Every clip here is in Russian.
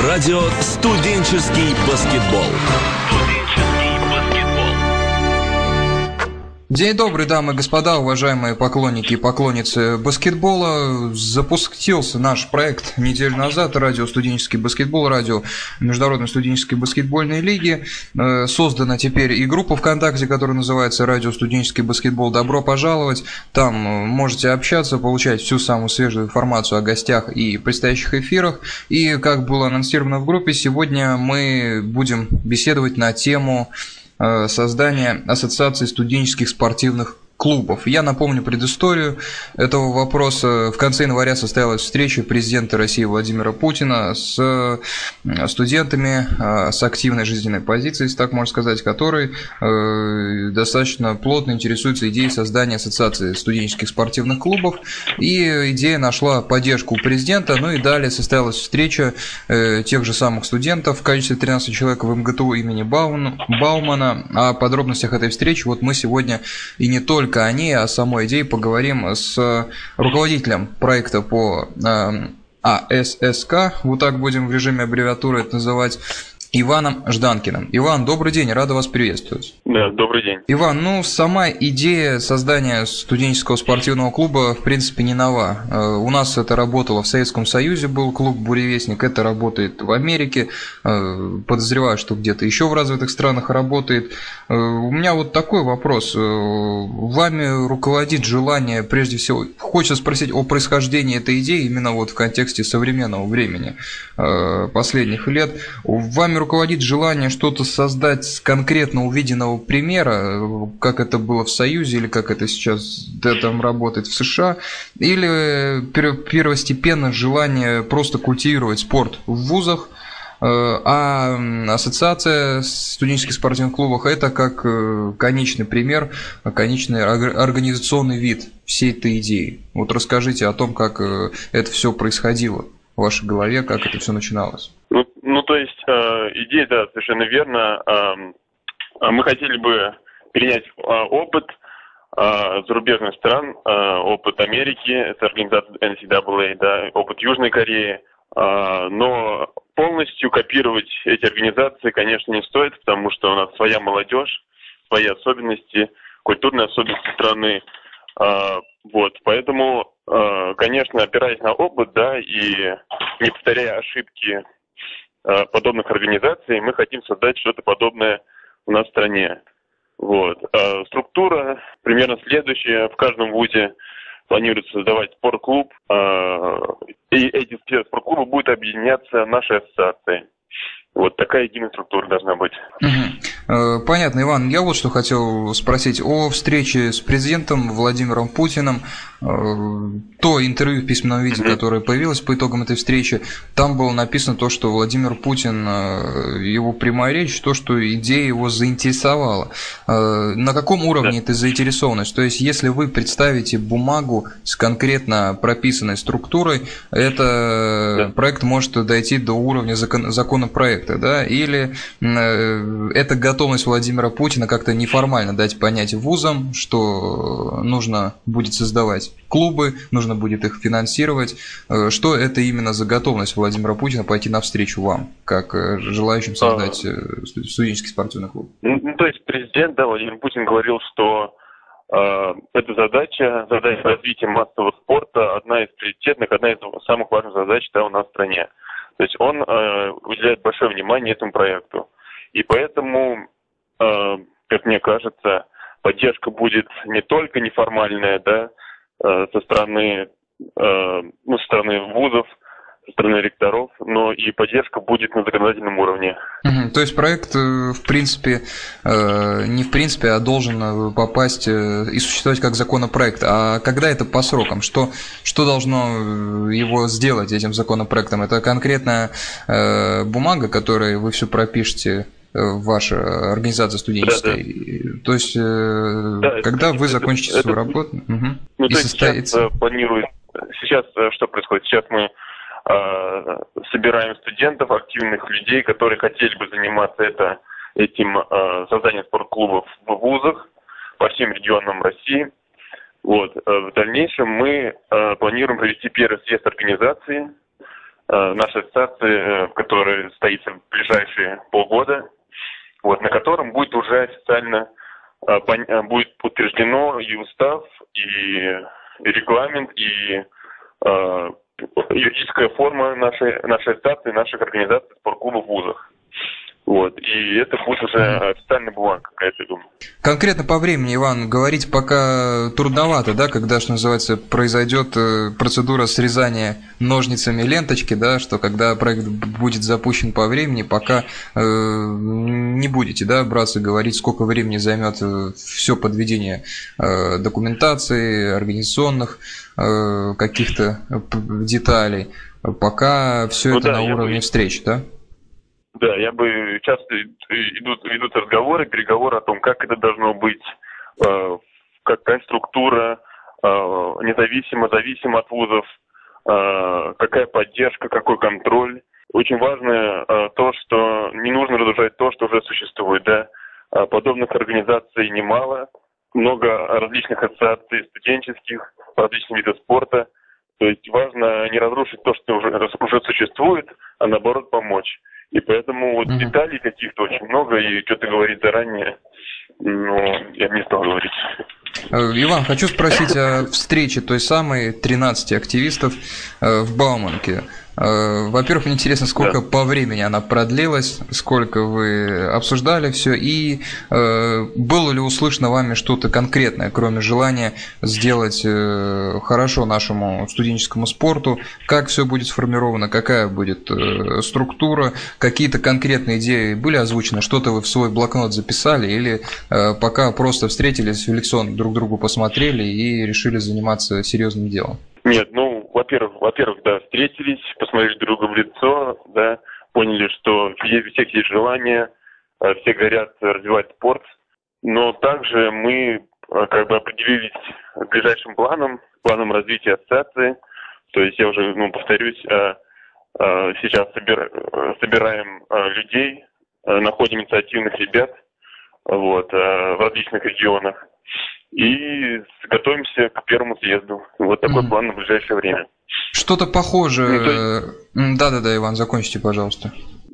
Радио «Студенческий баскетбол». День добрый, дамы и господа, уважаемые поклонники и поклонницы баскетбола. Запустился наш проект неделю назад, радио «Студенческий баскетбол», радио Международной студенческой баскетбольной лиги. Создана теперь и группа ВКонтакте, которая называется «Радио «Студенческий баскетбол». Добро пожаловать. Там можете общаться, получать всю самую свежую информацию о гостях и предстоящих эфирах. И, как было анонсировано в группе, сегодня мы будем беседовать на тему создания Ассоциации студенческих спортивных клубов. Я напомню предысторию этого вопроса. В конце января состоялась встреча президента России Владимира Путина с студентами с активной жизненной позицией, если так можно сказать, которые достаточно плотно интересуются идеей создания Ассоциации студенческих спортивных клубов. И идея нашла поддержку у президента. Ну и далее состоялась встреча тех же самых студентов в количестве 13 человек в МГТУ имени Баумана. О подробностях этой встречи вот мы сегодня и не только о ней, а о самой идее поговорим с руководителем проекта по АССК, вот так будем в режиме аббревиатуры это называть, Иваном Жданкиным. Иван, добрый день, рада вас приветствовать. Да, добрый день. Иван, сама идея создания студенческого спортивного клуба, в принципе, не нова. У нас это работало в Советском Союзе, был клуб «Буревестник», это работает в Америке, подозреваю, что где-то еще в развитых странах работает. У меня вот такой вопрос. Вами руководит желание, прежде всего, хочется спросить о происхождении этой идеи именно вот в контексте современного времени, последних лет. Вами руководит желание что-то создать с конкретно увиденного примера, как это было в Союзе или как это сейчас там работает в США, или первостепенно желание просто культивировать спорт в вузах, а ассоциация студенческих спортивных клубов это как конечный пример, конечный организационный вид всей этой идеи. Вот расскажите о том, как это все происходило в вашей голове, как это все начиналось. То есть идея, да, совершенно верно. Мы хотели бы перенять опыт зарубежных стран, опыт Америки, это организация NCAA, да, опыт Южной Кореи, но полностью копировать эти организации, конечно, не стоит, потому что у нас своя молодежь, свои особенности, культурные особенности страны. Поэтому, конечно, опираясь на опыт, да, и не повторяя ошибки подобных организаций, мы хотим создать что-то подобное у нас в стране. Структура примерно следующая. В каждом вузе планируется создавать спортклуб, и эти спортклубы будут объединяться нашей ассоциацией. Вот такая единая структура должна быть. Понятно, Иван. Я вот что хотел спросить о встрече с президентом Владимиром Путиным. То интервью в письменном виде, которое появилось по итогам этой встречи, там было написано то, что Владимир Путин, его прямая речь, то, что идея его заинтересовала. На каком уровне эта заинтересованность? То есть, если вы представите бумагу с конкретно прописанной структурой, это проект может дойти до уровня законопроекта, да? Или это готовность Владимира Путина как-то неформально дать понять вузам, что нужно будет создавать клубы, нужно будет их финансировать. Что это именно за готовность Владимира Путина пойти навстречу вам, как желающим создать студенческий спортивный клуб? То есть президент, да, Владимир Путин говорил, что эта задача развития массового спорта одна из приоритетных, одна из самых важных задач, да, у нас в стране. То есть он уделяет большое внимание этому проекту. И поэтому, как мне кажется, поддержка будет не только неформальная, да, со стороны вузов, со стороны ректоров, но и поддержка будет на законодательном уровне. То есть проект, в принципе, а должен попасть и существовать как законопроект. А когда это по срокам? Что должно его сделать этим законопроектом? Это конкретная бумага, которой вы все пропишете, ваша организация студенческая. Да. То есть, когда вы закончите свою работу и состоится... Сейчас что происходит? Сейчас мы собираем студентов, активных людей, которые хотели бы заниматься этим созданием спортклубов в вузах по всем регионам России. В дальнейшем мы планируем провести первый съезд организации нашей ассоциации, которая состоится в ближайшие полгода, на котором будет уже официально будет утверждено и устав, и регламент, и юридическая форма нашей ассоциации, наших организаций спортклубов в вузах. И это будет уже официальная бумага какая-то, я думаю. Конкретно по времени, Иван, говорить пока трудновато, да, когда, что называется, произойдет процедура срезания ножницами ленточки, да, что когда проект будет запущен по времени, пока не будете, да, браться говорить, сколько времени займет все подведение документации, организационных каких-то деталей, пока все это на уровне встреч, да? Да, часто ведут разговоры, переговоры о том, как это должно быть, какая структура, независимо, зависимо от вузов, какая поддержка, какой контроль. Очень важно то, что не нужно разрушать то, что уже существует, да. Подобных организаций немало, много различных ассоциаций студенческих, различных видов спорта. То есть важно не разрушить то, что уже существует, а наоборот помочь. И поэтому деталей каких-то очень много, и что-то говорить заранее, я не стал говорить. Иван, хочу спросить о встрече той самой 13 активистов в Бауманке. Во-первых, мне интересно, сколько по времени она продлилась, сколько вы обсуждали все, и было ли услышано вами что-то конкретное, кроме желания сделать хорошо нашему студенческому спорту, как все будет сформировано, какая будет структура, какие-то конкретные идеи были озвучены, что-то вы в свой блокнот записали, или пока просто встретились в лицо, друг другу посмотрели и решили заниматься серьезным делом? Нет, во-первых, да, встретились, посмотрели друг другу в лицо, да, поняли, что у всех есть желание, все горят развивать спорт, но также мы определились ближайшим планом развития ассоциации, то есть я уже, повторюсь, сейчас собираем людей, находим инициативных ребят, в различных регионах. И готовимся к первому съезду. Такой план на ближайшее время. Что-то похожее. Да, Иван, закончите, пожалуйста.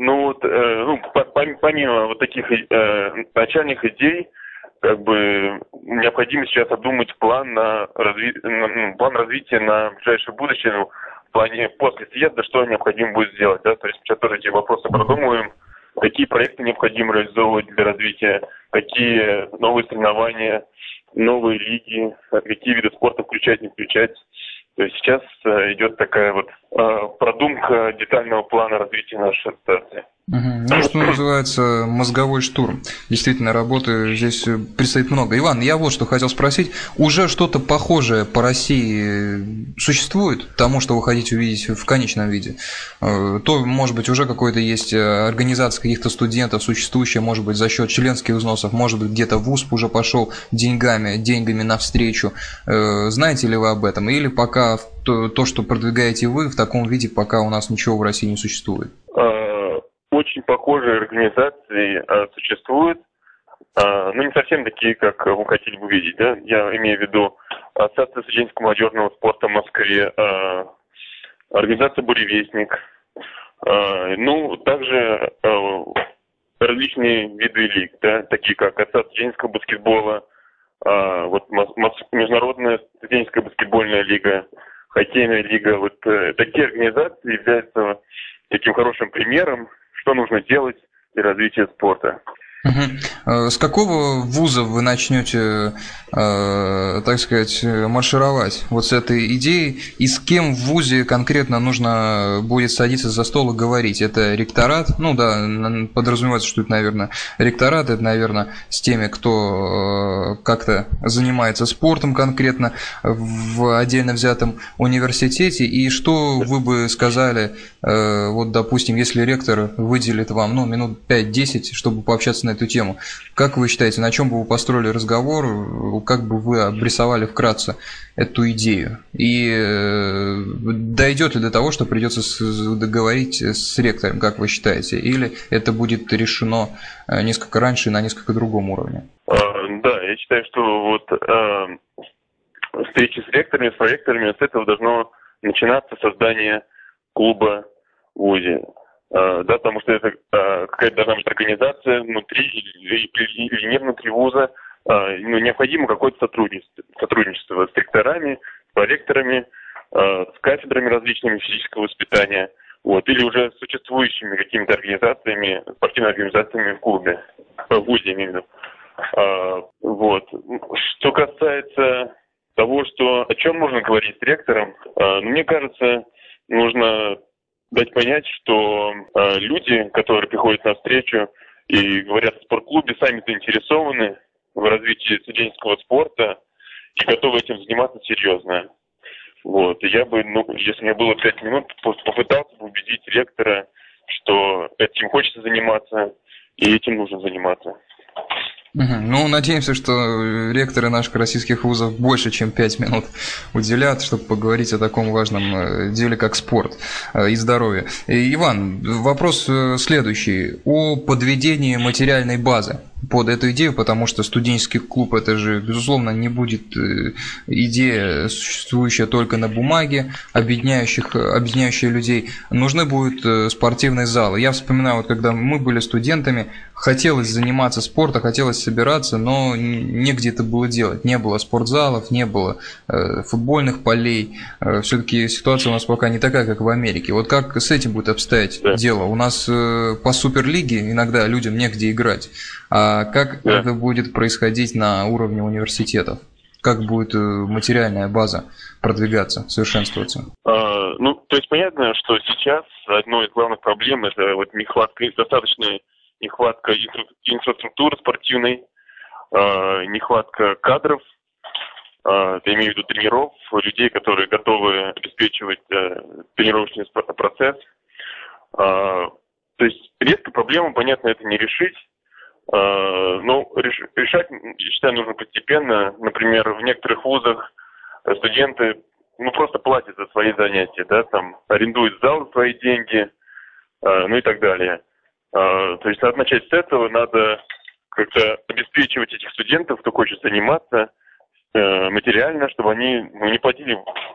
Помимо таких начальных идей, необходимо сейчас обдумать план развития на ближайшее будущее, в плане после съезда, что необходимо будет сделать. Да? То есть сейчас тоже эти вопросы продумываем, какие проекты необходимо реализовывать для развития, какие новые соревнования, новые лиги, какие виды спорта включать, не включать. То есть сейчас идет такая продумка детального плана развития нашей ассоциации. Что называется мозговой штурм. Действительно, работы здесь предстоит много. Иван, я вот что хотел спросить. Уже что-то похожее по России существует тому, что вы хотите увидеть в конечном виде? То, может быть, уже какой-то есть организация каких-то студентов существующая, может быть, за счет членских взносов, может быть, где-то вуз уже пошел деньгами навстречу. Знаете ли вы об этом? Или пока то, что продвигаете вы, в таком виде, пока у нас ничего в России не существует? Очень похожие организации существуют, но не совсем такие, как вы хотели бы видеть. Да? Я имею в виду Ассоциация студенческого молодежного спорта в Москве, организация «Буревестник», также различные виды лиг, да, такие как Ассоциация студенческого баскетбола, Международная студенческая баскетбольная лига, хоккейная лига. Такие организации являются таким хорошим примером, что нужно делать для развития спорта. С какого вуза вы начнете, так сказать, маршировать с этой идеей? И с кем в вузе конкретно нужно будет садиться за стол и говорить? Это ректорат? Подразумевается, что это, наверное, ректорат. Это, наверное, с теми, кто как-то занимается спортом конкретно в отдельно взятом университете. И что вы бы сказали, допустим, если ректор выделит вам минут 5-10, чтобы пообщаться на эту тему. Как вы считаете, на чем бы вы построили разговор, как бы вы обрисовали вкратце эту идею? И дойдет ли до того, что придется договорить с ректором, как вы считаете? Или это будет решено несколько раньше и на несколько другом уровне? Да, я считаю, что встречи с ректорами, с проректорами, с этого должно начинаться создание клуба вузе. Да, потому что это какая-то должна быть организация внутри или не внутри вуза. Необходимо какое-то сотрудничество с ректорами, с проректорами, с кафедрами различными физического воспитания, или уже с существующими какими-то организациями, спортивными организациями в клубе, в вузе, имею в виду. Что касается того, о чем можно говорить с ректором, мне кажется, нужно дать понять, что люди, которые приходят на встречу и говорят о спортклубе, сами заинтересованы в развитии студенческого спорта и готовы этим заниматься серьезно. И я бы, если мне было 5 минут, попытался бы убедить ректора, что этим хочется заниматься и этим нужно заниматься. Надеемся, что ректоры наших российских вузов больше, чем 5 минут уделят, чтобы поговорить о таком важном деле, как спорт и здоровье. Иван, вопрос следующий. О подведении материальной базы под эту идею, потому что студенческий клуб – это же, безусловно, не будет идея, существующая только на бумаге, объединяющая людей. Нужны будут спортивные залы. Я вспоминаю, когда мы были студентами, хотелось заниматься спортом, хотелось собираться, но негде это было делать. Не было спортзалов, не было футбольных полей. Все-таки ситуация у нас пока не такая, как в Америке. Как с этим будет обстоять дело? У нас по Суперлиге иногда людям негде играть. А как это будет происходить на уровне университетов? Как будет материальная база продвигаться, совершенствоваться? То есть понятно, что сейчас одной из главных проблем это достаточная нехватка инфраструктуры спортивной, нехватка кадров, я имею в виду тренеров, людей, которые готовы обеспечивать тренировочный процесс. То есть редко проблему, понятно, это не решить. Но решать, я считаю, нужно постепенно. Например, в некоторых вузах студенты просто платят за свои занятия, арендуют зал за свои деньги, и так далее. То есть надо начать с этого, надо как-то обеспечивать этих студентов, кто хочет заниматься материально, чтобы они не платили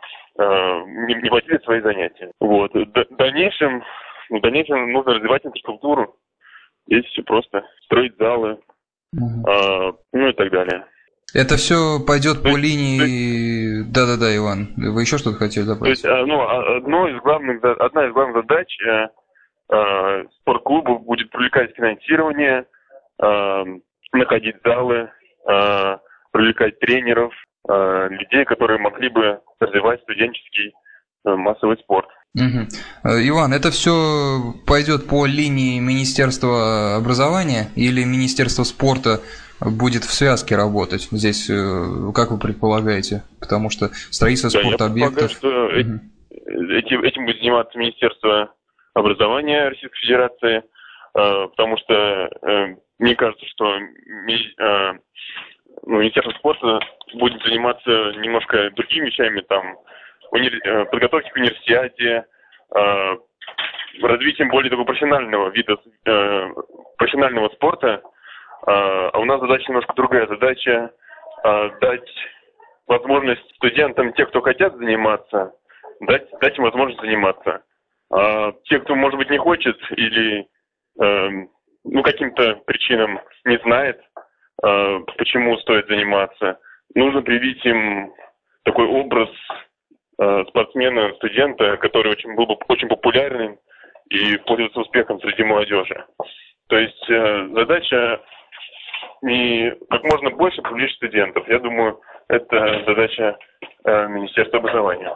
свои занятия. В дальнейшем нужно развивать инфраструктуру. Здесь все просто. Строить залы, и так далее. Это все пойдет по линии... Да, Иван, вы еще что-то хотели добавить? То есть, одна из главных задач спортклуба будет привлекать финансирование, находить залы, привлекать тренеров, людей, которые могли бы развивать студенческий массовый спорт. Иван, это все пойдет по линии Министерства образования или Министерство спорта будет в связке работать? Здесь, как вы предполагаете? Потому что строительство спортобъектов... Я предполагаю, что этим будет заниматься Министерство образования Российской Федерации, потому что мне кажется, что Министерство спорта будет заниматься немножко другими вещами, подготовки к универсиаде, развитием более такого профессионального вида, профессионального спорта. А у нас задача немножко другая. Задача дать возможность студентам, те, кто хотят заниматься, дать им возможность заниматься. А те, кто, может быть, не хочет или каким-то причинам не знает, почему стоит заниматься, нужно привить им такой образ спортсмена, студента, который был бы очень популярным и пользуется успехом среди молодежи. То есть задача как можно больше привлечь студентов. Я думаю, это задача Министерства образования.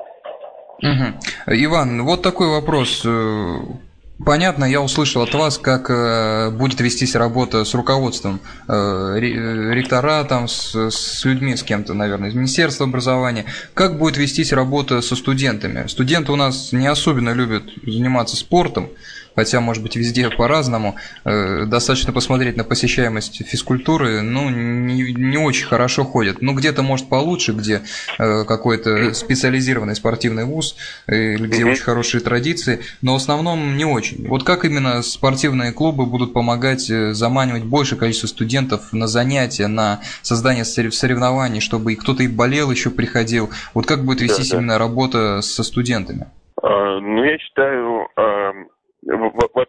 Иван, такой вопрос. Понятно, я услышал от вас, как будет вестись работа с руководством ректора, с людьми, с кем-то, наверное, из Министерства образования. Как будет вестись работа со студентами? Студенты у нас не особенно любят заниматься спортом, хотя, может быть, везде по-разному. Достаточно посмотреть на посещаемость физкультуры, не очень хорошо ходят. Где-то, может, получше, где какой-то специализированный спортивный вуз, где очень хорошие традиции, но в основном не очень. Как именно спортивные клубы будут помогать заманивать большее количество студентов на занятия, на создание соревнований, чтобы кто-то и болел, еще приходил? Как будет вестись именно работа со студентами? Я считаю,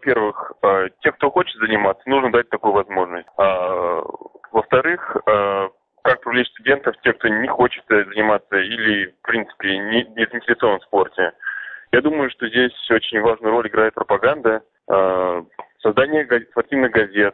во-первых, те, кто хочет заниматься, нужно дать такую возможность. Во-вторых, как привлечь студентов, тех, кто не хочет заниматься или, в принципе, не заинтересован в спорте. Я думаю, что здесь очень важную роль играет пропаганда, создание спортивных газет,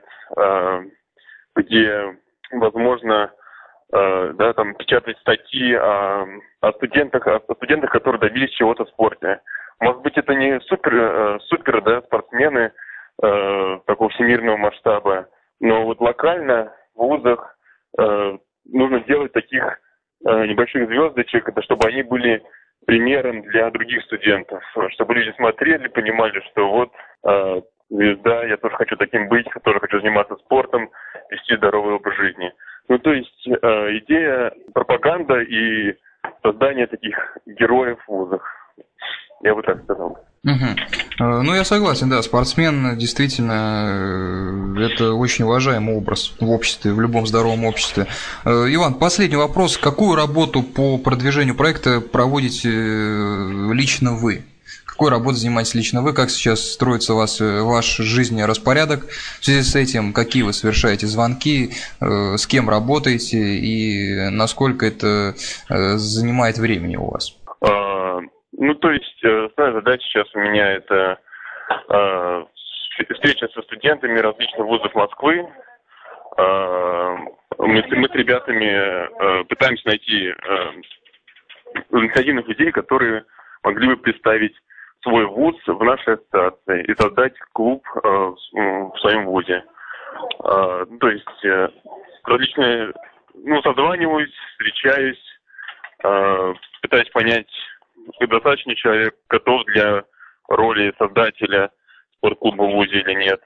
где возможно печатать статьи о студентах, которые добились чего-то в спорте. Может быть, это не супер спортсмены такого всемирного масштаба, но вот локально в вузах нужно делать таких небольших звездочек, чтобы они были примером для других студентов, чтобы люди смотрели, понимали, что вот звезда, я тоже хочу таким быть, тоже хочу заниматься спортом, вести здоровый образ жизни. То есть идея пропаганда и создание таких героев в вузах. Я бы так сказал. Я согласен, да, спортсмен действительно это очень уважаемый образ в обществе, в любом здоровом обществе. Иван, последний вопрос. Какую работу по продвижению проекта проводите лично вы? Какой работой занимаетесь лично вы? Как сейчас строится у вас ваш жизненный распорядок? В связи с этим, какие вы совершаете звонки, с кем работаете и насколько это занимает времени у вас? Основная задача сейчас у меня это встреча со студентами различных вузов Москвы. Мы с ребятами пытаемся найти инициативных людей, которые могли бы представить свой вуз в нашей ассоциации и создать клуб в своем вузе. Различные, созваниваюсь, встречаюсь, пытаюсь понять, достаточно ли человек готов для роли создателя спортклуба в вузе или нет.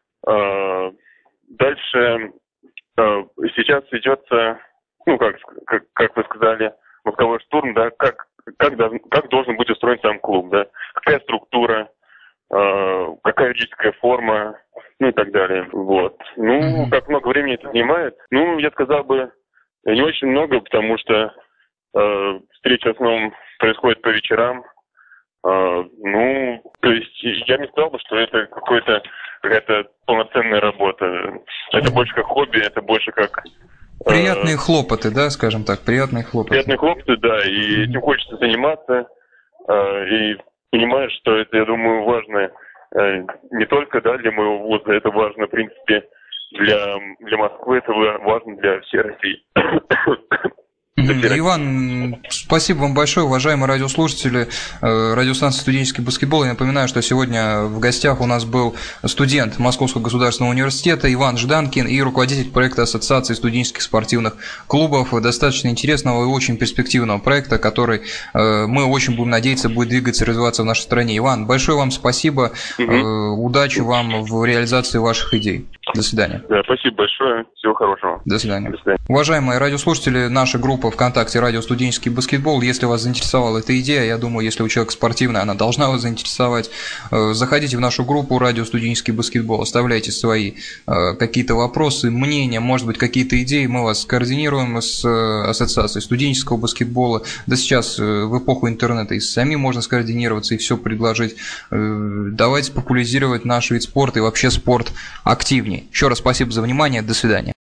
Дальше сейчас ведется, как вы сказали, мозговой штурм, да, как должен быть устроен сам клуб, да, какая структура, какая юридическая форма, и так далее. Вот. Как много времени это занимает? Я сказал бы, не очень много, потому что встречи в основном происходят по вечерам. Я не сказал бы, что это какая-то полноценная работа. Это больше как хобби, это больше как... Приятные хлопоты, да, скажем так, приятные хлопоты. Приятные хлопоты, да, и этим хочется заниматься. И понимаешь, что это, я думаю, важно не только для моего вуза, это важно, в принципе, для Москвы, это важно для всей России. Иван, спасибо вам большое, уважаемые радиослушатели радиостанции «Студенческий баскетбол». Я напоминаю, что сегодня в гостях у нас был студент Московского государственного университета Иван Жданкин и руководитель проекта Ассоциации студенческих спортивных клубов. Достаточно интересного и очень перспективного проекта, который, мы очень будем надеяться, будет двигаться и развиваться в нашей стране. Иван, большое вам спасибо, удачи вам в реализации ваших идей. До свидания. Да, спасибо большое. Всего хорошего. До свидания. Уважаемые радиослушатели, наша группа ВКонтакте «Радио Студенческий баскетбол». Если вас заинтересовала эта идея, я думаю, если вы человек спортивный, она должна вас заинтересовать. Заходите в нашу группу «Радио Студенческий баскетбол», оставляйте свои какие-то вопросы, мнения, может быть, какие-то идеи. Мы вас координируем с Ассоциацией студенческого баскетбола. Да сейчас в эпоху интернета и сами можно скоординироваться и все предложить. Давайте популяризировать наш вид спорта и вообще спорт активнее. Еще раз спасибо за внимание. До свидания.